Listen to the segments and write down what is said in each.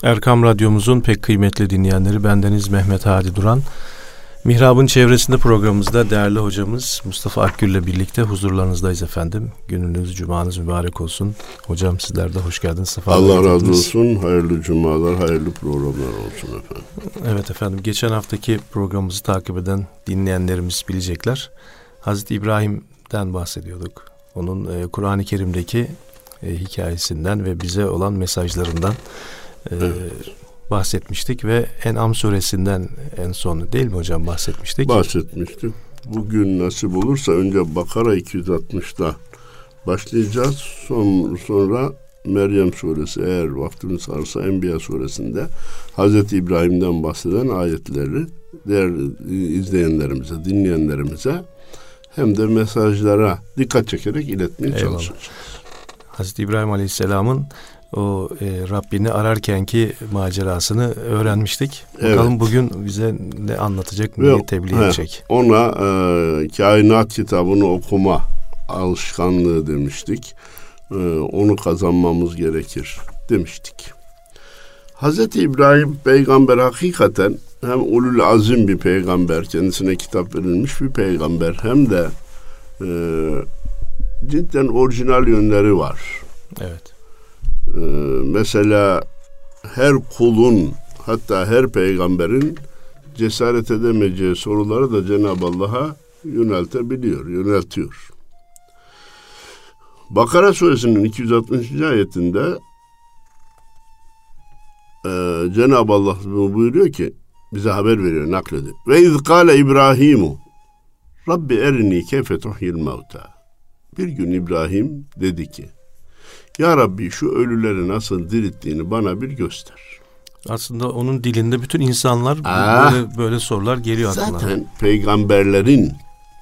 Erkam Radyomuzun pek kıymetli dinleyenleri, bendeniz Mehmet Hadi Duran. Mihrab'ın çevresinde programımızda değerli hocamız Mustafa Akgül'le birlikte huzurlarınızdayız efendim. Gününüz, cumanız mübarek olsun. Hocam sizler de hoş geldiniz. Allah razı olsun. Hayırlı cumalar, hayırlı programlar olsun efendim. Evet efendim, geçen haftaki programımızı takip eden dinleyenlerimiz bilecekler. Hazreti İbrahim'den bahsediyorduk. Onun Kur'an-ı Kerim'deki hikayesinden ve bize olan mesajlarından bahsetmiştik ve En'am suresinden en son değil mi hocam bahsetmiştik? Bahsetmiştik. Bugün nasip olursa önce Bakara 260'da başlayacağız. Sonra Meryem suresi, eğer vaktimiz varsa Enbiya suresinde Hazreti İbrahim'den bahseden ayetleri değerli izleyenlerimize, dinleyenlerimize hem de mesajlara dikkat çekerek iletmeye çalışacağız. Hazreti İbrahim Aleyhisselam'ın o Rabbini ararkenki macerasını öğrenmiştik. Bakalım bugün bize ne anlatacak, neyi tebliğ edecek. Ona kainat kitabını okuma alışkanlığı demiştik. Onu kazanmamız gerekir demiştik. Hazreti İbrahim peygamber hakikaten hem ulul azim bir peygamber, kendisine kitap verilmiş bir peygamber, hem de cidden orijinal yönleri var. Evet. Mesela her kulun, hatta her peygamberin cesaret edemeyeceği soruları da Cenab-ı Allah'a yöneltiyor. Bakara suresinin 260. ayetinde Cenab-ı Allah buyuruyor ki, bize haber veriyor, naklediyor. Ve iz kâle İbrahimu Rabbi erini keyfe tuhyil mevta. Bir gün İbrahim dedi ki, ya Rabbi şu ölüleri nasıl dirilttiğini bana bir göster. Aslında onun dilinde bütün insanlar böyle sorular geliyor aklına. Zaten peygamberlerin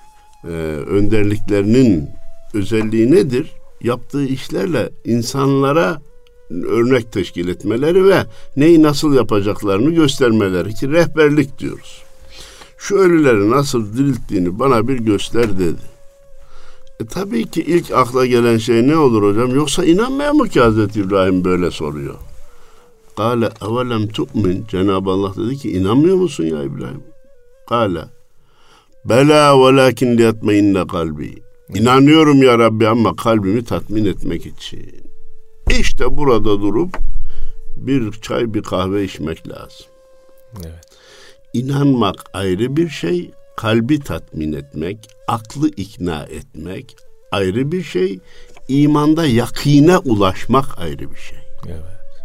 önderliklerinin özelliği nedir? Yaptığı işlerle insanlara örnek teşkil etmeleri ve neyi nasıl yapacaklarını göstermeleri, ki rehberlik diyoruz. Şu ölüleri nasıl dirilttiğini bana bir göster dedi. Tabii ki ilk akla gelen şey ne olur hocam? Yoksa inanmıyor mu ki Hazreti İbrahim böyle soruyor? Kâle evelem tu'min. Cenab-ı Allah dedi ki, inanmıyor musun ya İbrahim? Kâle belâ velâkin liyatmeinne kalbi. İnanıyorum ya Rabbi ama kalbimi tatmin etmek için. İşte burada durup bir çay, bir kahve içmek lazım. Evet. İnanmak ayrı bir şey. Kalbi tatmin etmek, aklı ikna etmek ayrı bir şey. İmanda yakine ulaşmak ayrı bir şey. Evet.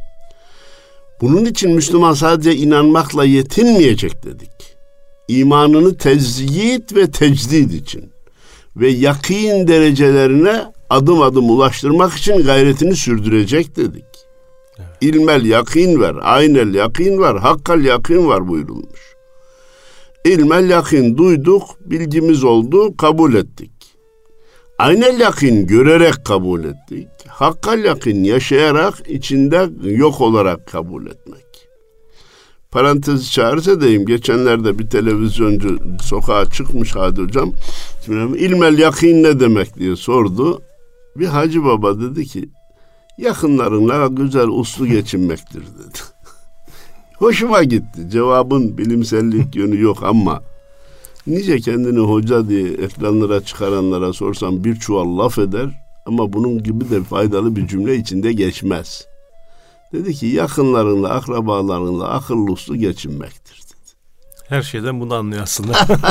Bunun için Müslüman sadece inanmakla yetinmeyecek dedik. İmanını tezyit ve tecdid için ve yakin derecelerine adım adım ulaştırmak için gayretini sürdürecek dedik. Evet. İlmel yakin var, aynel yakin var, hakkal yakin var buyurulmuş. İlmel yakin duyduk, bilgimiz oldu, kabul ettik. Aynel yakin görerek kabul ettik. Hakkal yakin yaşayarak, içinde yok olarak kabul etmek. Parantez çağrısı edeyim. Geçenlerde bir televizyoncu sokağa çıkmış Hadi hocam. İlmel yakin ne demek diye sordu. Bir hacı baba dedi ki, yakınlarınla güzel uslu geçinmektir dedi. Hoşuma gitti. Cevabın bilimsellik yönü yok ama nice kendini hoca diye ekranlara çıkaranlara sorsam bir çuval laf eder ama bunun gibi de faydalı bir cümle içinde geçmez. Dedi ki yakınlarınla, akrabalarınla akıllı uslu geçinmektir dedi. Her şeyden bunu anlıyor aslında.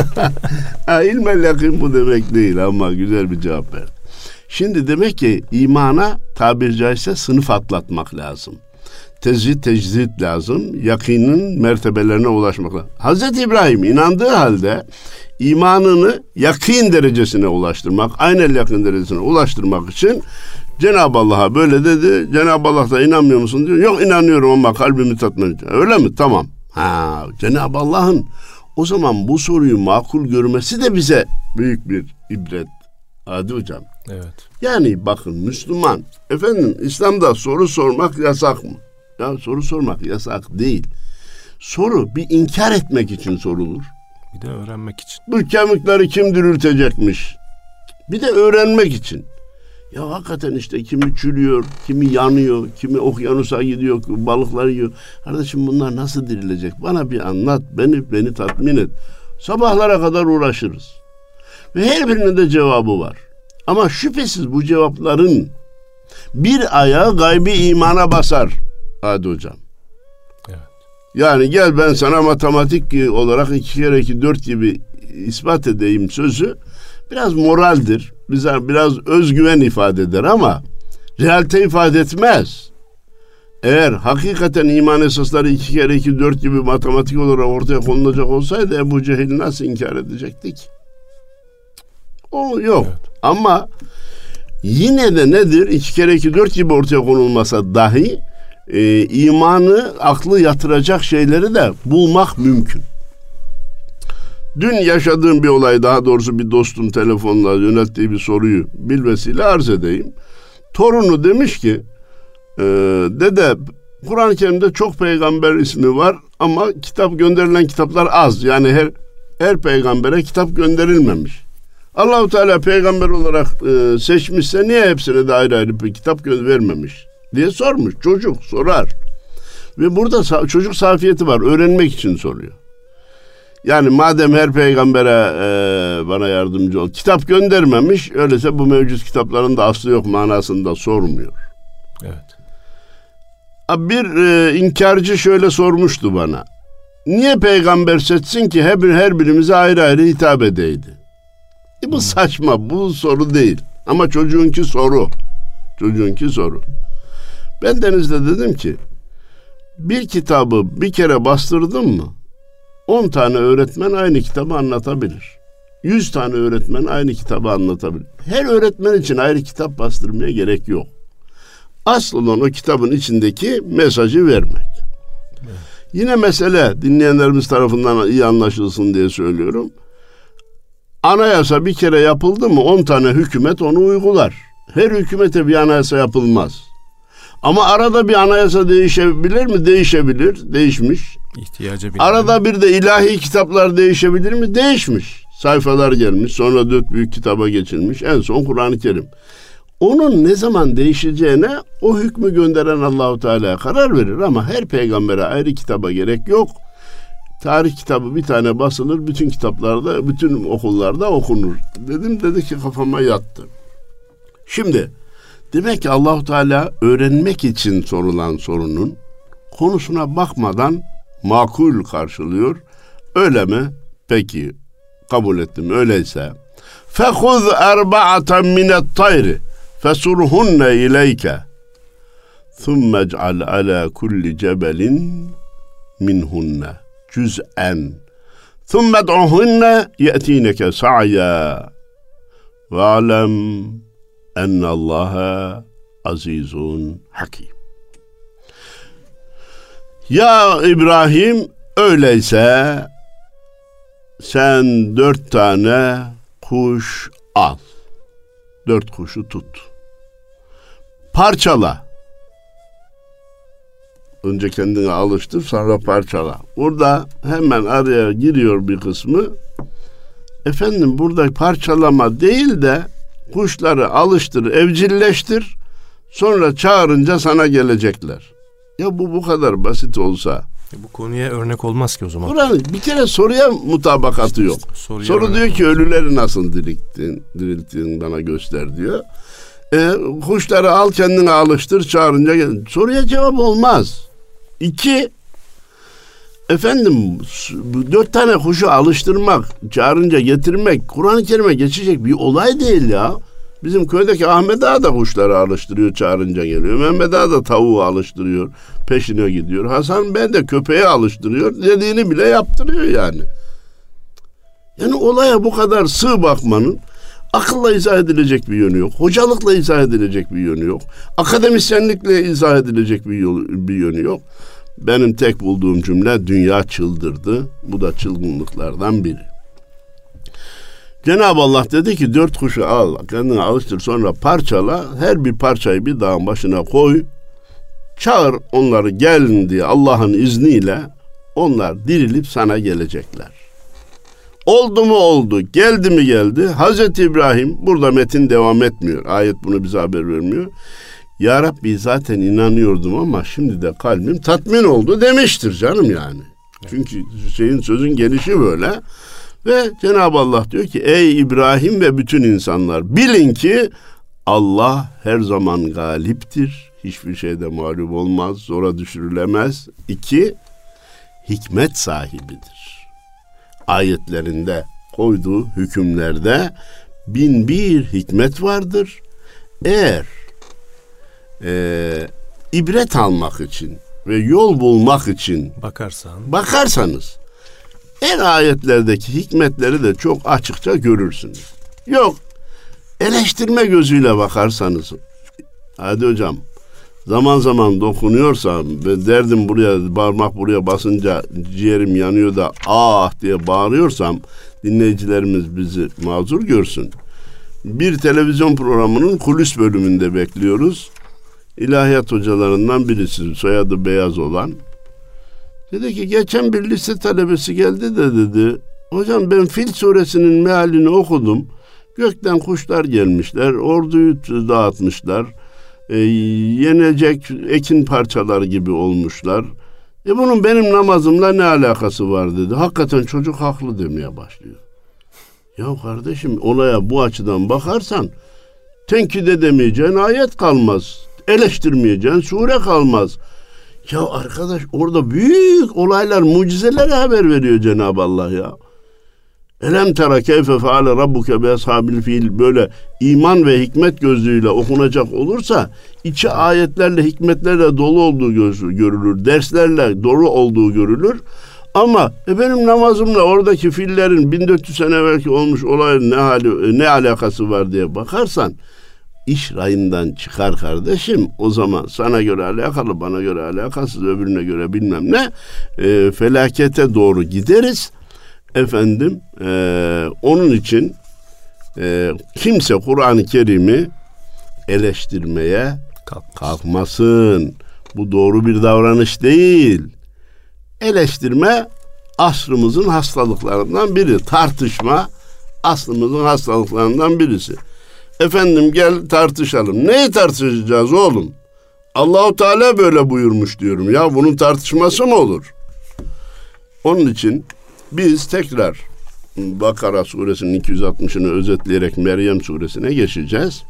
İlmel yakin bu demek değil ama güzel bir cevap verdi. Şimdi demek ki imana tabiri caizse sınıf atlatmak lazım. Tecdid lazım. Yakinin mertebelerine ulaşmak lazım. Hazreti İbrahim inandığı halde imanını yakin derecesine ulaştırmak, aynel yakin derecesine ulaştırmak için Cenab-ı Allah'a böyle dedi. Cenab-ı Allah da inanmıyor musun diyor. Yok inanıyorum ama kalbimi tatmin ediyor. Öyle mi? Tamam. Cenab-ı Allah'ın o zaman bu soruyu makul görmesi de bize büyük bir ibret. Hadi hocam. Evet. Yani bakın Müslüman, İslam'da soru sormak yasak mı? Ya soru sormak yasak değil. Soru bir inkar etmek için sorulur. Bir de öğrenmek için. Bu kemikleri kim diriltecekmiş? Bir de öğrenmek için. Ya hakikaten işte kimi çürüyor, kimi yanıyor, kimi okyanusa gidiyor, balıklar yiyor. Kardeşim bunlar nasıl dirilecek? Bana bir anlat, beni tatmin et. Sabahlara kadar uğraşırız. Ve her birinin de cevabı var. Ama şüphesiz bu cevapların bir ayağı gaybi imana basar. Hadi hocam. Evet. Yani gel ben sana matematik olarak 2 kere 2 4 gibi ispat edeyim sözü biraz moraldir. Biraz özgüven ifade eder ama realite ifade etmez. Eğer hakikaten iman esasları 2 kere 2 4 gibi matematik olarak ortaya konulacak olsaydı Ebu Cehil nasıl inkar edecektik? O yok. Evet. Ama yine de nedir? 2 kere 2 4 gibi ortaya konulmasa dahi imanı, aklı yatıracak şeyleri de bulmak mümkün. Dün yaşadığım bir olay, daha doğrusu bir dostum telefonla yönelttiği bir soruyu bilvesiyle arz edeyim. Torunu demiş ki, dede Kur'an-ı Kerim'de çok peygamber ismi var ama gönderilen kitaplar az. Yani her peygambere kitap gönderilmemiş. Allah-u Teala peygamber olarak seçmişse niye hepsine de ayrı ayrı bir kitap vermemiş diye sormuş. Çocuk sorar. Ve burada çocuk safiyeti var. Öğrenmek için soruyor. Yani madem her peygambere bana yardımcı ol, kitap göndermemiş, öyleyse bu mevcut kitapların da aslı yok manasında sormuyor. Evet. Bir inkarcı şöyle sormuştu bana. Niye peygamber seçsin ki her birimize ayrı ayrı hitap edeydi? Bu saçma, bu soru değil. Ama çocuğunki soru. Ben Deniz'de dedim ki, bir kitabı bir kere bastırdın mı, 10 tane öğretmen aynı kitabı anlatabilir. 100 tane öğretmen aynı kitabı anlatabilir. Her öğretmen için ayrı kitap bastırmaya gerek yok. Asıl olan o kitabın içindeki mesajı vermek. Evet. Yine mesele dinleyenlerimiz tarafından iyi anlaşılsın diye söylüyorum. Anayasa bir kere yapıldı mı 10 tane hükümet onu uygular. Her hükümete bir anayasa yapılmaz. Ama arada bir anayasa değişebilir mi? Değişebilir. Değişmiş. Arada bir de ilahi kitaplar değişebilir mi? Değişmiş. Sayfalar gelmiş. Sonra 4 büyük kitaba geçilmiş. En son Kur'an-ı Kerim. Onun ne zaman değişeceğine o hükmü gönderen Allah-u Teala karar verir ama her peygambere ayrı kitaba gerek yok. Tarih kitabı bir tane basılır, bütün kitaplarda, bütün okullarda okunur. Dedi ki kafama yattı. Şimdi demek ki Allah-u Teala öğrenmek için sorulan sorunun konusuna bakmadan makul karşılıyor. Öyle mi? Peki kabul ettim. Öyleyse فَخُذْ أَرْبَعَةً مِنَ الطَّيْرِ فَسُرْهُنَّ إِلَيْكَ ثُمَّ اجْعَلْ عَلَى كُلِّ جَبَلٍ مِنْهُنَّ جُزْءًا ثُمَّ ادْعُهُنَّ يَأْتِينَكَ سَعْيًا وَاعْلَمْ اَنَّ اللّٰهَ عَزِيزٌ حَكِيمٌ. Ya İbrahim, öyleyse sen 4 tane kuş al. 4 kuşu tut. Parçala. Önce kendine alıştır, sonra parçala. Burada hemen araya giriyor bir kısmı. Efendim burada parçalama değil de kuşları alıştır, evcilleştir. Sonra çağırınca sana gelecekler. Ya bu kadar basit olsa. Bu konuya örnek olmaz ki o zaman. Kur'an bir kere soruya mutabakatı yok. Soru diyor ki ölüleri nasıl dirilttin bana göster diyor. Kuşları al kendine alıştır çağırınca gel. Soruya cevap olmaz. 2 efendim 4 tane kuşu alıştırmak, çağırınca getirmek Kur'an-ı Kerim'e geçecek bir olay değil ya. Bizim köydeki Ahmet Ağa da kuşları alıştırıyor, çağırınca geliyor. Mehmet Ağa da tavuğu alıştırıyor, peşine gidiyor. Hasan ben de köpeği alıştırıyor, dediğini bile yaptırıyor yani. Yani olaya bu kadar sığ bakmanın akılla izah edilecek bir yönü yok. Hocalıkla izah edilecek bir yönü yok. Akademisyenlikle izah edilecek bir yönü yok. Benim tek bulduğum cümle dünya çıldırdı. Bu da çılgınlıklardan biri. Cenab-ı Allah dedi ki 4 kuşu al, kendine alıştır, sonra parçala, her bir parçayı bir dağın başına koy, çağır onları gelin diye Allah'ın izniyle onlar dirilip sana gelecekler. Oldu mu oldu, geldi mi geldi. Hazreti İbrahim, burada metin devam etmiyor. Ayet bunu bize haber vermiyor. Ya Rabbi zaten inanıyordum ama şimdi de kalbim tatmin oldu demiştir canım yani. Çünkü sözün gelişi böyle. Ve Cenab-ı Allah diyor ki ey İbrahim ve bütün insanlar bilin ki Allah her zaman galiptir. Hiçbir şeyde mağlup olmaz, zora düşürülemez. 2, hikmet sahibidir. Ayetlerinde koyduğu hükümlerde 1001 hikmet vardır. Eğer ibret almak için ve yol bulmak için bakarsanız ayetlerdeki hikmetleri de çok açıkça görürsünüz. Yok, eleştirme gözüyle bakarsanız, hadi hocam zaman zaman dokunuyorsam ve derdim buraya, parmak buraya basınca ciğerim yanıyor da ah diye bağırıyorsam dinleyicilerimiz bizi mazur görsün. Bir televizyon programının kulis bölümünde bekliyoruz. İlahiyat hocalarından birisi, soyadı Beyaz olan, dedi ki geçen bir lise talebesi geldi de dedi, hocam ben Fil suresinin mealini okudum. Gökten kuşlar gelmişler, orduyu dağıtmışlar, yenecek ekin parçaları gibi olmuşlar. Bunun benim namazımla ne alakası var dedi. Hakikaten çocuk haklı demeye başlıyor. Ya kardeşim, olaya bu açıdan bakarsan tenkit edemeyeceğin ayet kalmaz. Eleştirmeyeceğin sure kalmaz. Ya arkadaş, orada büyük olaylar, mucizelere haber veriyor Cenab-ı Allah ya. Elem tera keyfe feale rabbuke bi ashabil fil, böyle iman ve hikmet gözlüğüyle okunacak olursa içi ayetlerle, hikmetlerle dolu olduğu görülür. Derslerle dolu olduğu görülür. Ama benim namazımla oradaki fillerin 1400 sene evvelki olmuş olayın ne alakası var diye bakarsan iş rayından çıkar kardeşim. O zaman sana göre alakalı, bana göre alakasız, öbürüne göre bilmem ne, felakete doğru gideriz. Efendim, onun için kimse Kur'an-ı Kerim'i eleştirmeye kalkmasın. Bu doğru bir davranış değil. Eleştirme asrımızın hastalıklarından biri. Tartışma asrımızın hastalıklarından birisi. Efendim gel tartışalım. Neyi tartışacağız oğlum? Allah-u Teala böyle buyurmuş diyorum. Ya bunun tartışması mı olur? Onun için biz tekrar Bakara suresinin 260'ını özetleyerek Meryem suresine geçeceğiz.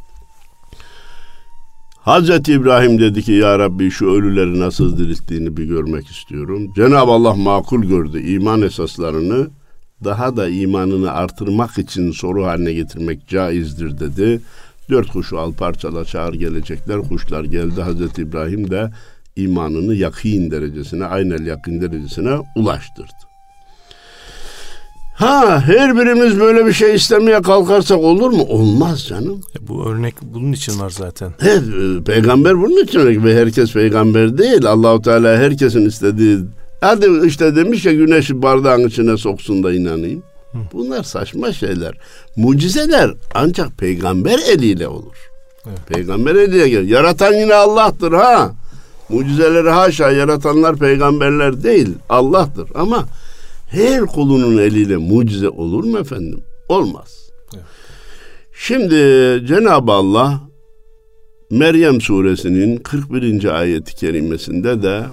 Hazreti İbrahim dedi ki ya Rabbi şu ölüleri nasıl dirilttiğini bir görmek istiyorum. Cenab-ı Allah makul gördü. İman esaslarını daha da imanını artırmak için soru haline getirmek caizdir dedi. 4 kuşu al parçala çağır gelecekler. Kuşlar geldi. Hazreti İbrahim de imanını yakîn derecesine, aynel yakîn derecesine ulaştırdı. Her birimiz böyle bir şey istemeye kalkarsak olur mu? Olmaz canım. Bu örnek bunun için var zaten. Peygamber bunun için ve herkes peygamber değil. Allah-u Teala herkesin istediği, hadi işte demiş ya güneşi bardağın içine soksun da inanayım. Bunlar saçma şeyler. Mucizeler ancak peygamber eliyle olur. Evet. Peygamber eliyle gelir. Yaratan yine Allah'tır ha. Mucizeleri haşa, yaratanlar peygamberler değil, Allah'tır. Ama her kulunun eliyle mucize olur mu efendim? Olmaz. Evet. Şimdi Cenab-ı Allah Meryem suresinin 41. ayeti kerimesinde de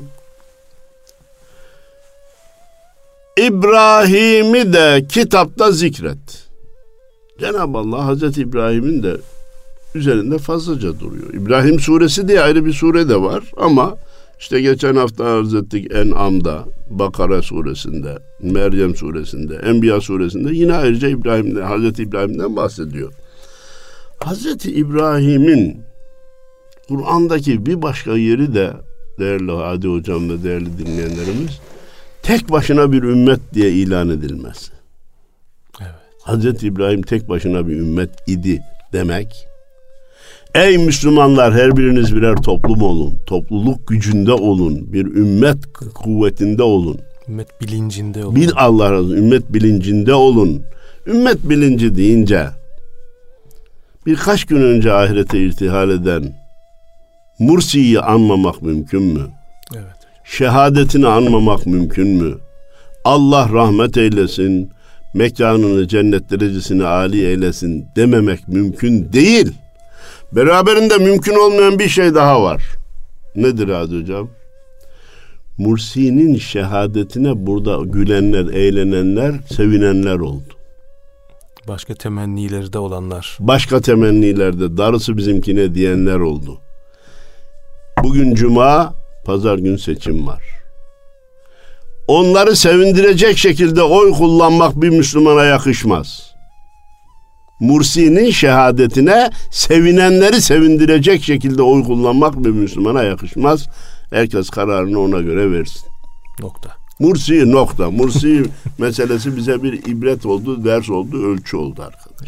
İbrahim'i de kitapta zikret. Cenab-ı Allah Hazreti İbrahim'in de üzerinde fazlaca duruyor. İbrahim suresi diye ayrı bir sure de var ama işte geçen hafta arz ettik En'am'da, Bakara suresinde, Meryem suresinde, Enbiya suresinde yine ayrıca İbrahim'den, Hazreti İbrahim'den bahsediyor. Hazreti İbrahim'in Kur'an'daki bir başka yeri de değerli Hadi Hocam ve değerli dinleyenlerimiz, tek başına bir ümmet diye ilan edilmez. Evet. Hazreti İbrahim tek başına bir ümmet idi demek. Ey Müslümanlar, her biriniz birer toplum olun. Topluluk gücünde olun. Bir ümmet kuvvetinde olun. Ümmet bilincinde olun. Bil Allah razı olsun. Ümmet bilincinde olun. Ümmet bilinci deyince birkaç gün önce ahirete irtihal eden Mursi'yi anmamak mümkün mü? Evet. Şehadetini anmamak mümkün mü? Allah rahmet eylesin. mekanını cennet derecesini âli eylesin dememek mümkün değil. Beraberinde mümkün olmayan bir şey daha var. Nedir Hadi Hocam? Mursi'nin şehadetine burada gülenler, eğlenenler, sevinenler oldu. Başka temennileri de olanlar. Başka temennilerde darısı bizimkine diyenler oldu. Bugün cuma, pazar gün seçim var. Onları sevindirecek şekilde oy kullanmak bir Müslümana yakışmaz. Mursi'nin şehadetine sevinenleri sevindirecek şekilde oy kullanmak bir Müslümana yakışmaz. Herkes kararını ona göre versin. Nokta. Mursi nokta. Mursi meselesi bize bir ibret oldu, ders oldu, ölçü oldu arkadaş.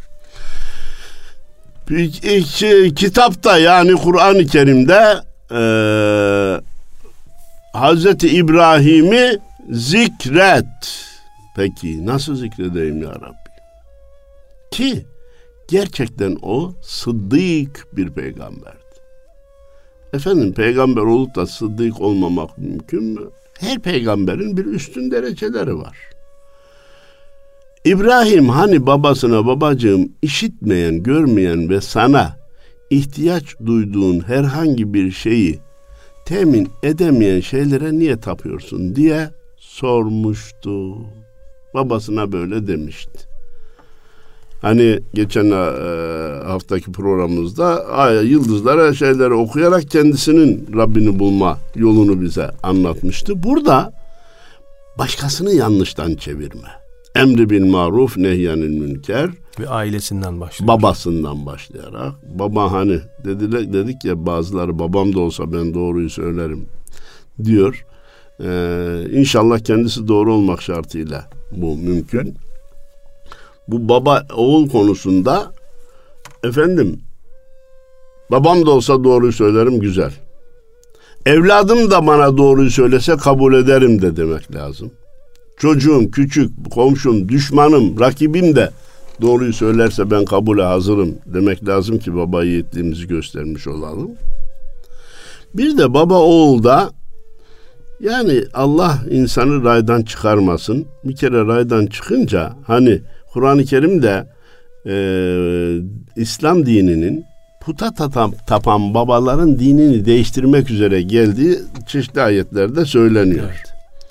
Eyvallah. Kitapta yani Kur'an-ı Kerim'de Hazreti İbrahim'i zikret. Peki nasıl zikredeyim ya Rabbi? Ki gerçekten o sıddık bir peygamberdi. Efendim peygamber olup da sıddık olmamak mümkün mü? Her peygamberin bir üstün dereceleri var. İbrahim hani babasına babacığım işitmeyen, görmeyen ve sana ihtiyaç duyduğun herhangi bir şeyi temin edemeyen şeylere niye tapıyorsun diye sormuştu. Babasına böyle demişti. Hani geçen haftaki programımızda yıldızlara şeyleri okuyarak kendisinin Rabbini bulma yolunu bize anlatmıştı. Burada başkasını yanlıştan çevirme. Emri bil maruf nehyanil münker. Ve ailesinden başlıyor. Babasından başlayarak. Baba hani dedik ya bazıları babam da olsa ben doğruyu söylerim diyor. İnşallah kendisi doğru olmak şartıyla bu mümkün. Bu baba oğul konusunda efendim babam da olsa doğruyu söylerim güzel. Evladım da bana doğruyu söylese kabul ederim de demek lazım. Çocuğum, küçük, komşum, düşmanım, rakibim de doğruyu söylerse ben kabule hazırım demek lazım ki baba yiğitliğimizi göstermiş olalım. Bir de baba oğulda yani Allah insanı raydan çıkarmasın. Bir kere raydan çıkınca hani Kur'an-ı Kerim'de İslam dininin puta tapan babaların dinini değiştirmek üzere geldiği çeşitli ayetlerde söyleniyor. Evet.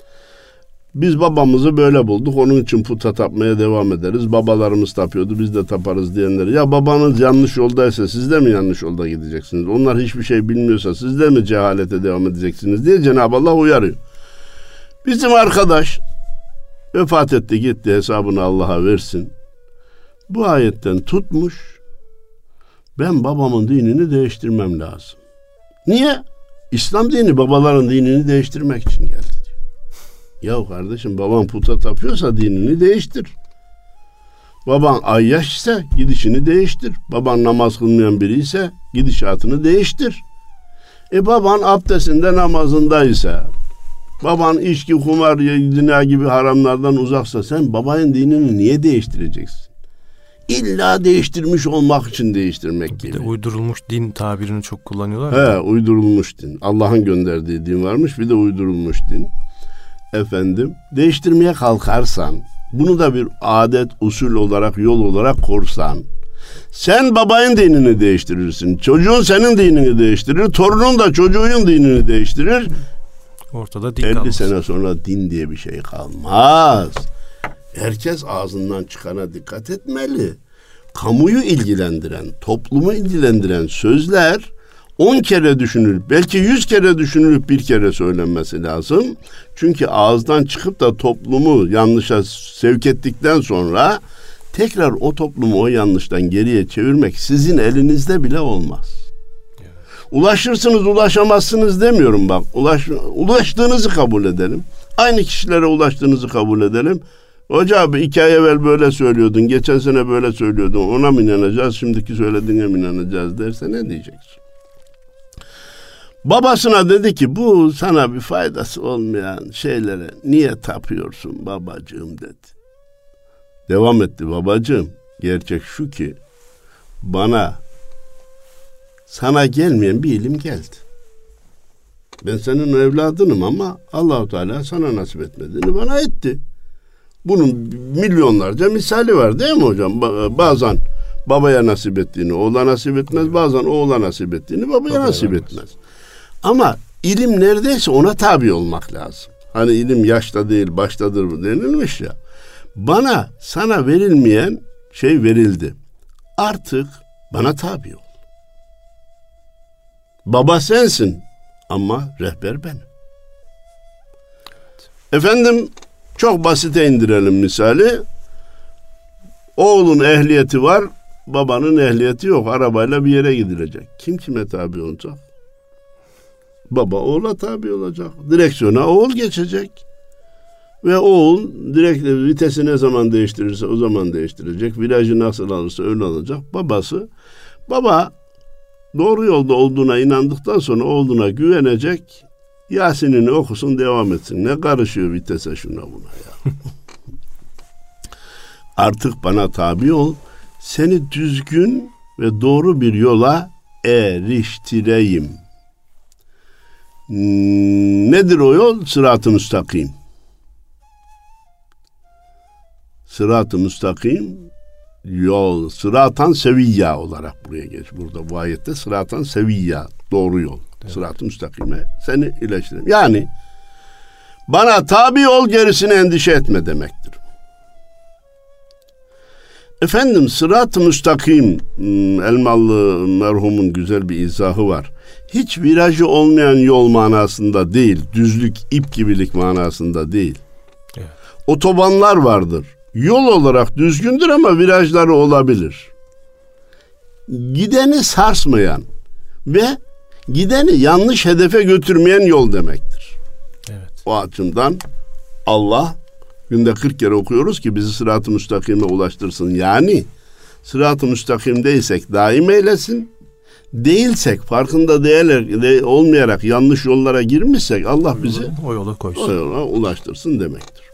Biz babamızı böyle bulduk, onun için puta tapmaya devam ederiz. Babalarımız tapıyordu, biz de taparız diyenleri. Ya babanız yanlış yoldaysa siz de mi yanlış yolda gideceksiniz? Onlar hiçbir şey bilmiyorsa siz de mi cehalete devam edeceksiniz diye Cenab-ı Allah uyarıyor. Bizim arkadaş vefat etti gitti, hesabını Allah'a versin. Bu ayetten tutmuş, ben babamın dinini değiştirmem lazım. Niye? İslam dini babaların dinini değiştirmek için geldi diyor. Ya kardeşim baban puta tapıyorsa dinini değiştir. Baban ayyaş ise gidişini değiştir. Baban namaz kılmayan biri ise gidişatını değiştir. Baban abdestinde namazındaysa, baban içki, kumar, zina gibi haramlardan uzaksa sen babanın dinini niye değiştireceksin? İlla değiştirmiş olmak için değiştirmek gibi. Bir de uydurulmuş din tabirini çok kullanıyorlar. Uydurulmuş din. Allah'ın gönderdiği din varmış, bir de uydurulmuş din. Efendim, değiştirmeye kalkarsan, bunu da bir adet, usul olarak, yol olarak korsan, sen babanın dinini değiştirirsin. Çocuğun senin dinini değiştirir. Torunun da çocuğun dinini değiştirir. Ortada din 50 kalmaz. sene sonra din diye bir şey kalmaz. Herkes ağzından çıkana dikkat etmeli. Kamuyu ilgilendiren, toplumu ilgilendiren sözler 10 kere düşünülüp, belki 100 kere düşünülüp bir kere söylenmesi lazım. Çünkü ağızdan çıkıp da toplumu yanlışa sevk ettikten sonra tekrar o toplumu o yanlıştan geriye çevirmek sizin elinizde bile olmaz. Ulaşırsınız, ulaşamazsınız demiyorum bak. Ulaştığınızı kabul edelim. Aynı kişilere ulaştığınızı kabul edelim. Hoca abi 2 ay evvel böyle söylüyordun, geçen sene böyle söylüyordun, ona mı inanacağız, şimdiki söylediğine mi inanacağız derse ne diyeceksin? Babasına dedi ki bu sana bir faydası olmayan şeylere niye tapıyorsun babacığım dedi. Devam etti, babacığım gerçek şu ki sana gelmeyen bir ilim geldi. Ben senin evladınım ama Allah-u Teala sana nasip etmediğini bana etti. Bunun milyonlarca misali var değil mi hocam? Bazen babaya nasip ettiğini oğula nasip etmez. Bazen oğula nasip ettiğini babaya nasip etmez. Ama ilim neredeyse ona tabi olmak lazım. Hani ilim yaşta değil baştadır denilmiş ya. Bana sana verilmeyen şey verildi. Artık bana tabi ol. Baba sensin ama rehber benim. Efendim çok basite indirelim misali. Oğlun ehliyeti var, babanın ehliyeti yok. Arabayla bir yere gidilecek. Kim kime tabi olacak? Baba oğula tabi olacak. Direksiyona oğul geçecek. Ve oğul direkt vitesi ne zaman değiştirirse o zaman değiştirecek. Virajı nasıl alırsa öyle alacak. Baba doğru yolda olduğuna inandıktan sonra oğluna güvenecek. Yasin'ini okusun devam etsin. Ne karışıyor vitese şuna buna ya. Artık bana tabi ol. Seni düzgün ve doğru bir yola eriştireyim. Nedir o yol? Sırat-ı müstakim. Sırat-ı müstakim yol. Sıratan seviyya olarak buraya geç. Burada bu ayette sıratan seviyya. Doğru yol. Evet. Sırat-ı müstakime seni iyileştireyim. Yani bana tabi ol, gerisine endişe etme demektir. Efendim sırat-ı müstakim, Elmalı merhumun güzel bir izahı var. Hiç virajı olmayan yol manasında değil, düzlük, ip gibilik manasında değil. Evet. Otobanlar vardır. Yol olarak düzgündür ama virajları olabilir. Gideni sarsmayan ve gideni yanlış hedefe götürmeyen yol demektir. Evet. O açımdan Allah günde 40 kere okuyoruz ki bizi sırat-ı müstakime ulaştırsın. Yani sırat-ı müstakimdeysek daim eylesin. Değilsek, farkında olmayarak yanlış yollara girmişsek Allah bizi o yola koysun. O yola ulaştırsın demektir.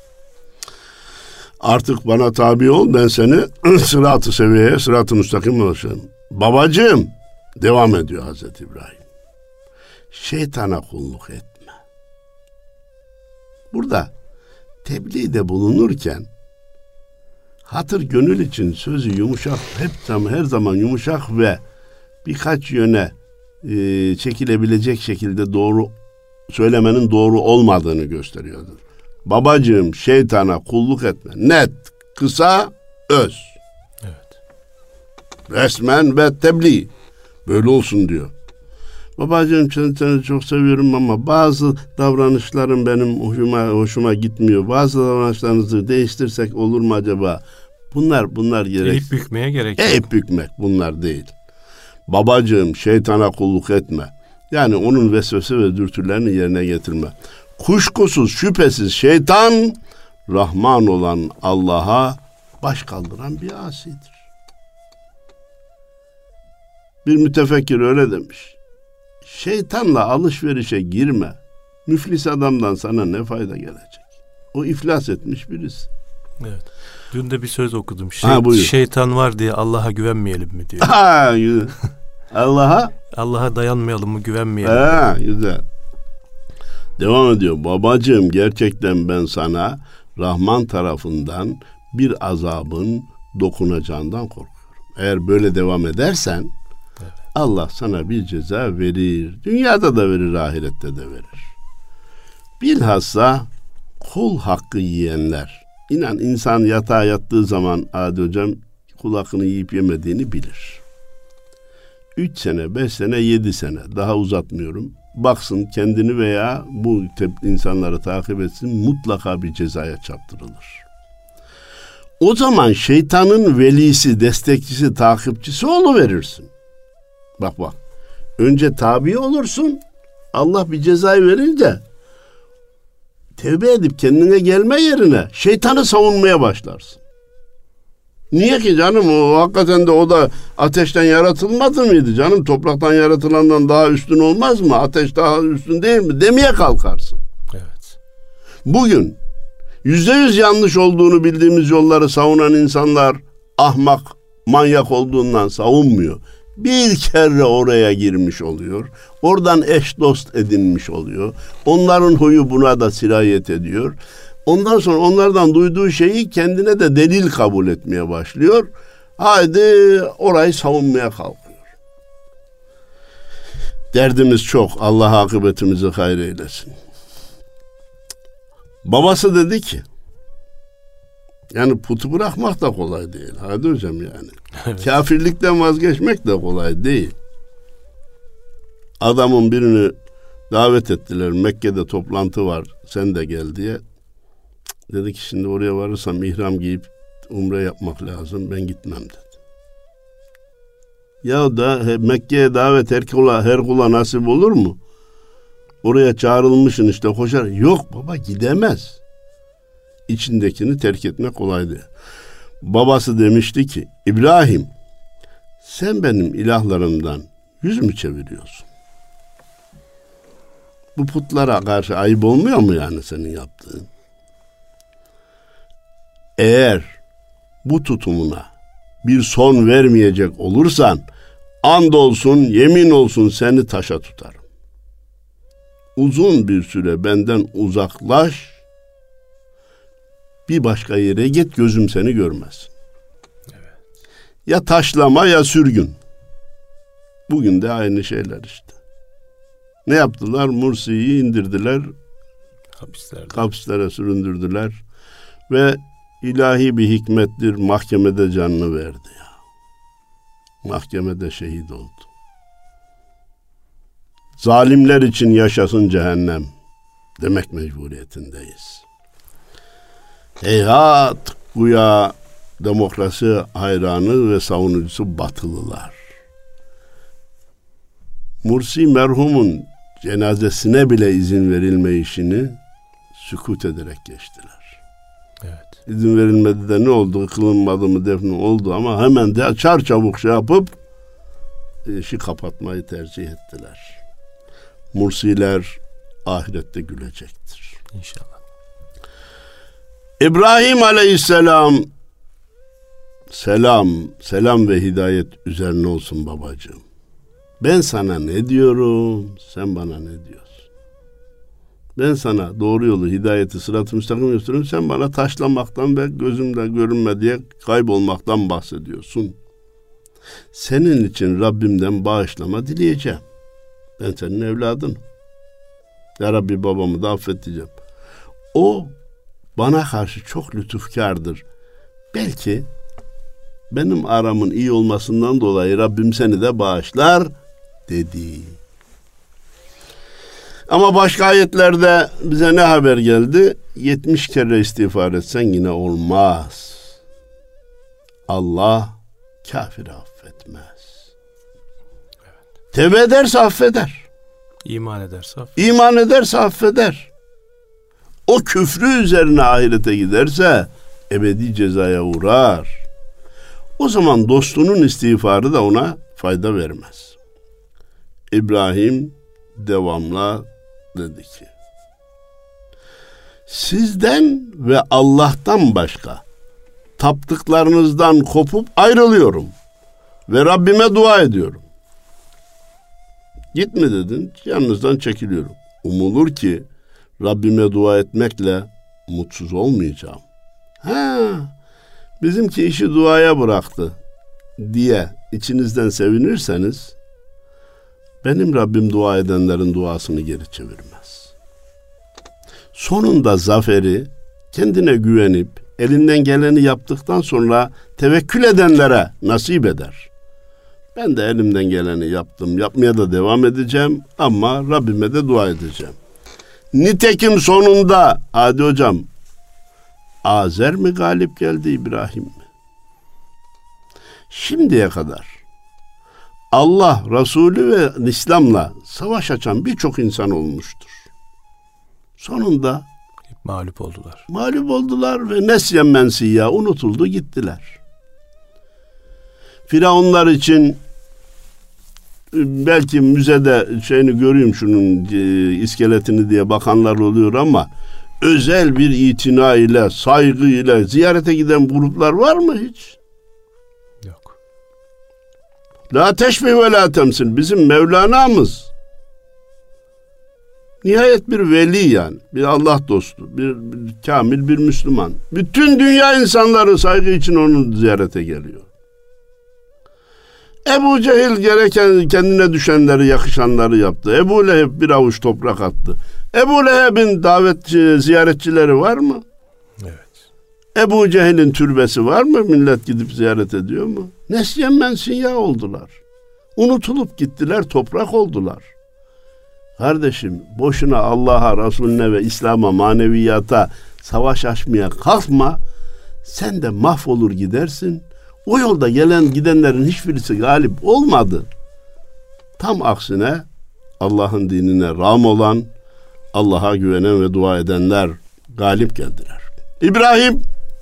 Artık bana tabi ol, ben seni sırat-ı seviyeye, sırat-ı müstakime ulaşırım. Babacığım, devam ediyor Hazreti İbrahim. Şeytana kulluk etme. Burada tebliğde bulunurken hatır gönül için sözü yumuşak, her zaman yumuşak ve birkaç yöne çekilebilecek şekilde doğru söylemenin doğru olmadığını gösteriyordur. Babacığım şeytana kulluk etme. Net, kısa, öz. Evet. Resmen ve tebliğ. Böyle olsun diyor. Babacığım seni çok seviyorum ama bazı davranışlarım benim hoşuma gitmiyor. Bazı davranışlarınızı değiştirsek olur mu acaba? Bunlar gerek. Eğip bükmeye gerek yok. Eğip bükmek bunlar değil. Babacığım şeytana kulluk etme. Yani onun vesvese ve dürtülerini yerine getirme. Kuşkusuz, şüphesiz şeytan Rahman olan Allah'a baş kaldıran bir asidir. Bir mütefekkir öyle demiş. Şeytanla alışverişe girme. Müflis adamdan sana ne fayda gelecek? O iflas etmiş birisi. Evet. Dün de bir söz okudum. Şeytan var diye Allah'a güvenmeyelim mi diyor. Güzel. Allah'a dayanmayalım mı, güvenmeyelim mi? Güzel. Devam ediyor. Babacığım gerçekten ben sana Rahman tarafından bir azabın dokunacağından korkuyorum. Eğer böyle devam edersen evet, Allah sana bir ceza verir. Dünyada da verir, ahirette de verir. Bilhassa kul hakkı yiyenler. İnan insan yatağa yattığı zaman Adi hocam kul hakkını yiyip yemediğini bilir. 3 sene, 5 sene, 7 sene daha uzatmıyorum. Baksın kendini veya bu insanları takip etsin, mutlaka bir cezaya çarptırılır. O zaman şeytanın velisi, destekçisi, takipçisi oluverirsin. Bak. Önce tabi olursun. Allah bir cezayı verince tevbe edip kendine gelme yerine şeytanı savunmaya başlarsın. Niye ki canım? O hakikaten de o da ateşten yaratılmadı mıydı canım? Topraktan yaratılandan daha üstün olmaz mı? Ateş daha üstün değil mi? Demeye kalkarsın. Evet. Bugün %100 yanlış olduğunu bildiğimiz yolları savunan insanlar ahmak, manyak olduğundan savunmuyor. Bir kere oraya girmiş oluyor. Oradan eş dost edinmiş oluyor. Onların huyu buna da sirayet ediyor. Ondan sonra onlardan duyduğu şeyi kendine de delil kabul etmeye başlıyor. Haydi orayı savunmaya kalkıyor. Derdimiz çok. Allah akıbetimizi hayır eylesin. Babası dedi ki, yani putu bırakmak da kolay değil. Hadi hocam yani. Evet. Kafirlikten vazgeçmek de kolay değil. Adamın birini davet ettiler. Mekke'de toplantı var. Sen de gel diye. Dedi ki şimdi oraya varırsam ihram giyip umre yapmak lazım. Ben gitmem dedi. Ya da Mekke'ye davet her kula nasip olur mu? Oraya çağrılmışsın işte koşar. Yok baba gidemez. İçindekini terk etmek kolay değil. Babası demişti ki İbrahim sen benim ilahlarımdan yüz mü çeviriyorsun? Bu putlara karşı ayıp olmuyor mu yani senin yaptığın? Eğer bu tutumuna bir son vermeyecek olursan andolsun yemin olsun seni taşa tutarım. Uzun bir süre benden uzaklaş, bir başka yere git gözüm seni görmez. Evet. Ya taşlama ya sürgün. Bugün de aynı şeyler işte. Ne yaptılar? Mursi'yi indirdiler. Hapislere süründürdüler. Ve ilahi bir hikmettir mahkemede canını verdi ya. Mahkemede şehit oldu. Zalimler için yaşasın cehennem demek mecburiyetindeyiz. Heyhat güya demokrasi hayranı ve savunucusu batılılar. Mursi merhumun cenazesine bile izin verilmeyişini sükut ederek geçtiler. Evet. İzin verilmedi de ne oldu? Kılınmadı mı defne oldu ama hemen de çarçabuk yapıp işi kapatmayı tercih ettiler. Mursiler ahirette gülecektir. İnşallah. İbrahim Aleyhisselam selam ve hidayet üzerine olsun babacığım. Ben sana ne diyorum, sen bana ne diyorsun? Ben sana doğru yolu, hidayeti, sırat-ı müstakim gösteriyorum. Sen bana taşlamaktan ve gözümde görünme diye kaybolmaktan bahsediyorsun. Senin için Rabbimden bağışlama dileyeceğim. Ben senin evladınım. Ya Rabbi babamı da affet diyeceğim. O bana karşı çok lütufkardır. Belki benim aramın iyi olmasından dolayı Rabbim seni de bağışlar dedi. Ama başka ayetlerde bize ne haber geldi? 70 kere istiğfar etsen yine olmaz. Allah kafiri affetmez. Evet. Tevbe ederse affeder. İman ederse affeder. O küfrü üzerine ahirete giderse ebedi cezaya uğrar. O zaman dostunun istiğfarı da ona fayda vermez. İbrahim devamla dedi ki, sizden ve Allah'tan başka taptıklarınızdan kopup ayrılıyorum ve Rabbime dua ediyorum. Gitme dedin, yanınızdan çekiliyorum. Umulur ki Rabbime dua etmekle mutsuz olmayacağım. Bizimki işi duaya bıraktı diye içinizden sevinirseniz, benim Rabbim dua edenlerin duasını geri çevirmez. Sonunda zaferi kendine güvenip elinden geleni yaptıktan sonra tevekkül edenlere nasip eder. Ben de elimden geleni yaptım, yapmaya da devam edeceğim ama Rabbime de dua edeceğim. Nitekim sonunda, hadi hocam, Azer mi galip geldi, İbrahim mi? Şimdiye kadar Allah, Resulü ve İslam'la savaş açan birçok insan olmuştur. Sonunda mağlup oldular ve nesyen mensiyya, unutuldu gittiler. Firavunlar için belki müzede şeyini göreyim şunun iskeletini diye bakanlar oluyor ama özel bir itina ile, saygı ile ziyarete giden gruplar var mı hiç? Yok. La teşbih ve la temsil bizim Mevlana'mız. Nihayet bir veli yani. Bir Allah dostu. Bir kamil bir Müslüman. Bütün dünya insanları saygı için onu ziyarete geliyor. Ebu Cehil gereken kendine düşenleri, yakışanları yaptı. Ebu Leheb bir avuç toprak attı. Ebu Leheb'in ziyaretçileri var mı? Evet. Ebu Cehil'in türbesi var mı? Millet gidip ziyaret ediyor mu? Nesyen mensiya oldular. Unutulup gittiler, toprak oldular. Kardeşim, boşuna Allah'a, Resulüne ve İslam'a, maneviyata savaş açmaya kalkma. Sen de mahvolur gidersin. O yolda gidenlerin hiçbirisi galip olmadı. Tam aksine Allah'ın dinine rağm olan, Allah'a güvenen ve dua edenler galip geldiler. İbrahim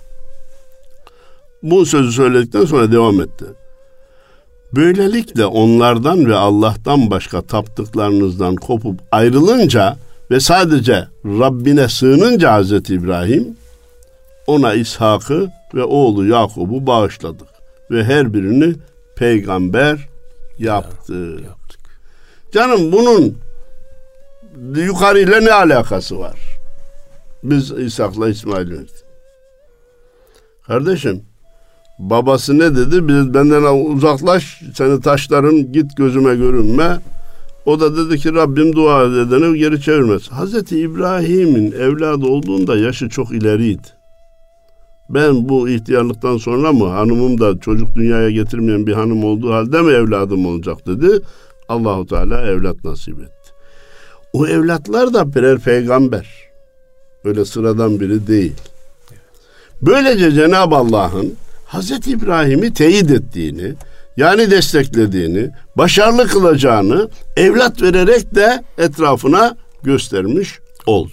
bu sözü söyledikten sonra devam etti. Böylelikle onlardan ve Allah'tan başka taptıklarınızdan kopup ayrılınca ve sadece Rabbine sığınınca Hazreti İbrahim ona İshak'ı ve oğlu Yakub'u bağışladık ve her birini peygamber yaptık. Canım bunun yukarıyla ne alakası var? Biz İshak'la İsmail'i. Kardeşim, babası ne dedi? Benden uzaklaş, seni taşların, git gözüme görünme. O da dedi ki Rabbim dua edeni geri çevirmez. Hazreti İbrahim'in evladı olduğunda yaşı çok ileriydi. Ben bu ihtiyarlıktan sonra mı, hanımım da çocuk dünyaya getirmeyen bir hanım olduğu halde mi evladım olacak dedi. Allahu Teala evlat nasip etti. O evlatlar da birer peygamber. Öyle sıradan biri değil. Böylece Cenab-ı Allah'ın Hazreti İbrahim'i teyit ettiğini, yani desteklediğini, başarılı kılacağını evlat vererek de etrafına göstermiş oldu.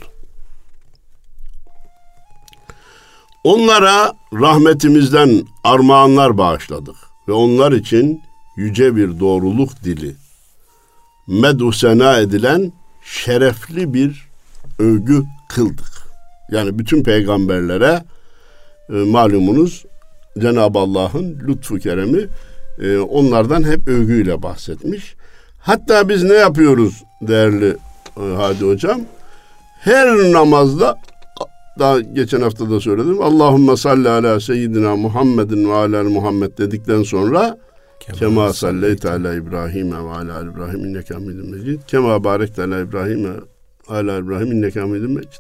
Onlara rahmetimizden armağanlar bağışladık ve onlar için yüce bir doğruluk dili, med'u sena edilen şerefli bir övgü kıldık. Yani bütün peygamberlere malumunuz Cenab-ı Allah'ın lütfu keremi onlardan hep övgüyle bahsetmiş. Hatta biz ne yapıyoruz değerli Hadi Hocam? Her namazda, daha geçen hafta da söyledim, Allahümme salli ala seyyidina Muhammedin ve ala Muhammed dedikten sonra Kema salleyte ala İbrahim ve ala İbrahim inneke hamidun mecid. Kema barekte ala İbrahim ve ala İbrahim inneke hamidun mecid.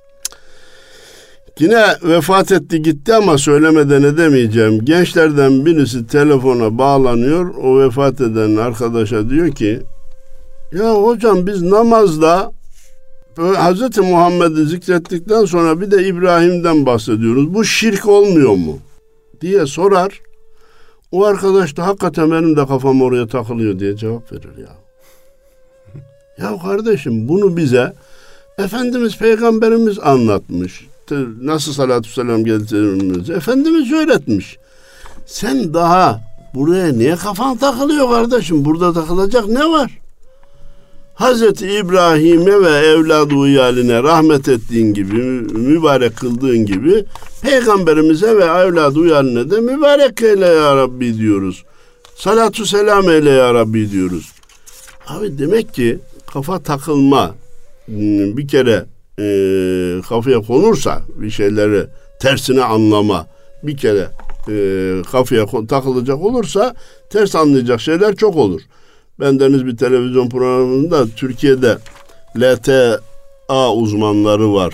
Yine vefat etti gitti ama söylemeden edemeyeceğim. Gençlerden birisi telefona bağlanıyor. O vefat eden arkadaşa diyor ki ya hocam biz namazda Hz. Muhammed'i zikrettikten sonra bir de İbrahim'den bahsediyoruz. Bu şirk olmuyor mu? Diye sorar. O arkadaş da hakikaten benim de kafam oraya takılıyor diye cevap verir ya. Ya kardeşim bunu bize Efendimiz Peygamberimiz anlatmış. Nasıl salatü selam getirdiğimizi Efendimiz öğretmiş. Sen daha buraya niye kafan takılıyor kardeşim? Burada takılacak ne var? Hazreti İbrahim'e ve evladı uyaline rahmet ettiğin gibi, mübarek kıldığın gibi Peygamberimize ve evladı uyaline de mübarek eyle ya Rabbi diyoruz. Salatü selam eyle ya Rabbi diyoruz. Abi demek ki kafa takılma bir kere kafaya konursa, bir şeyleri tersine anlama bir kere kafaya takılacak olursa ters anlayacak şeyler çok olur. Bendeniz bir televizyon programında Türkiye'de LTA uzmanları var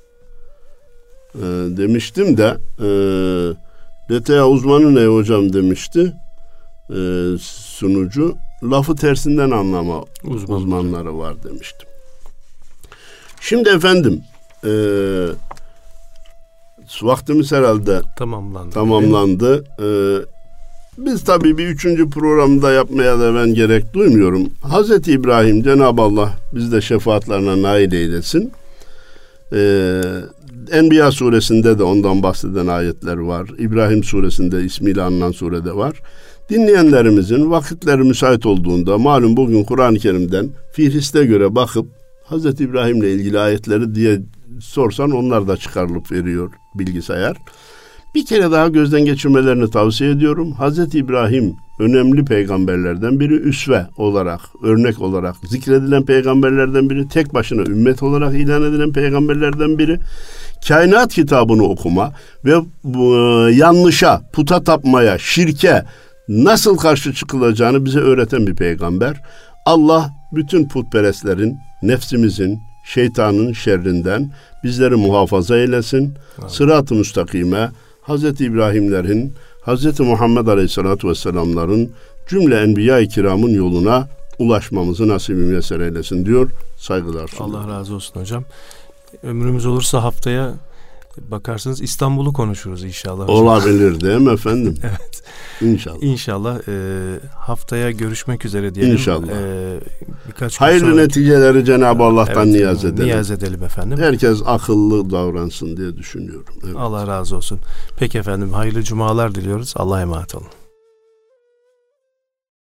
demiştim de LTA uzmanı ne hocam demişti sunucu. Lafı tersinden anlama uzmanları var demiştim. Şimdi efendim vaktimiz herhalde tamamlandı. Biz tabii bir 3. programda yapmaya da ben gerek duymuyorum. Hazreti İbrahim, Cenab-ı Allah biz de şefaatlerine nail eylesin. Enbiya suresinde de ondan bahseden ayetler var. İbrahim suresinde ismiyle anılan surede var. Dinleyenlerimizin vakitleri müsait olduğunda malum bugün Kur'an-ı Kerim'den fihriste göre bakıp Hazreti İbrahim'le ilgili ayetleri diye sorsan onlar da çıkarılıp veriyor bilgisayar. bir kere daha gözden geçirmelerini tavsiye ediyorum. Hazreti İbrahim önemli peygamberlerden biri, üsve olarak, örnek olarak zikredilen peygamberlerden biri, tek başına ümmet olarak ilan edilen peygamberlerden biri. Kainat kitabını okuma ve yanlışa, puta tapmaya, şirke nasıl karşı çıkılacağını bize öğreten bir peygamber. Allah bütün putperestlerin, nefsimizin, şeytanın şerrinden bizleri muhafaza eylesin. Sırat-ı müstakime, Hazreti İbrahimlerin, Hazreti Muhammed Aleyhisselatü Vesselam'ların cümle Enbiya-i Kiram'ın yoluna ulaşmamızı nasip-i müyesser eylesin diyor. Saygılar sunuyorum. Allah razı olsun hocam. Ömrümüz olursa haftaya bakarsınız İstanbul'u konuşuruz inşallah hocam. Olabilir değil mi efendim? Evet. İnşallah. İnşallah haftaya görüşmek üzere diyelim. İnşallah. Birkaç gün hayırlı sonra... neticeleri Cenab-ı Allah'tan niyaz edelim. Niyaz edelim efendim. Herkes akıllı davransın diye düşünüyorum. Evet. Allah razı olsun. Peki efendim, hayırlı cumalar diliyoruz. Allah'a emanet olun.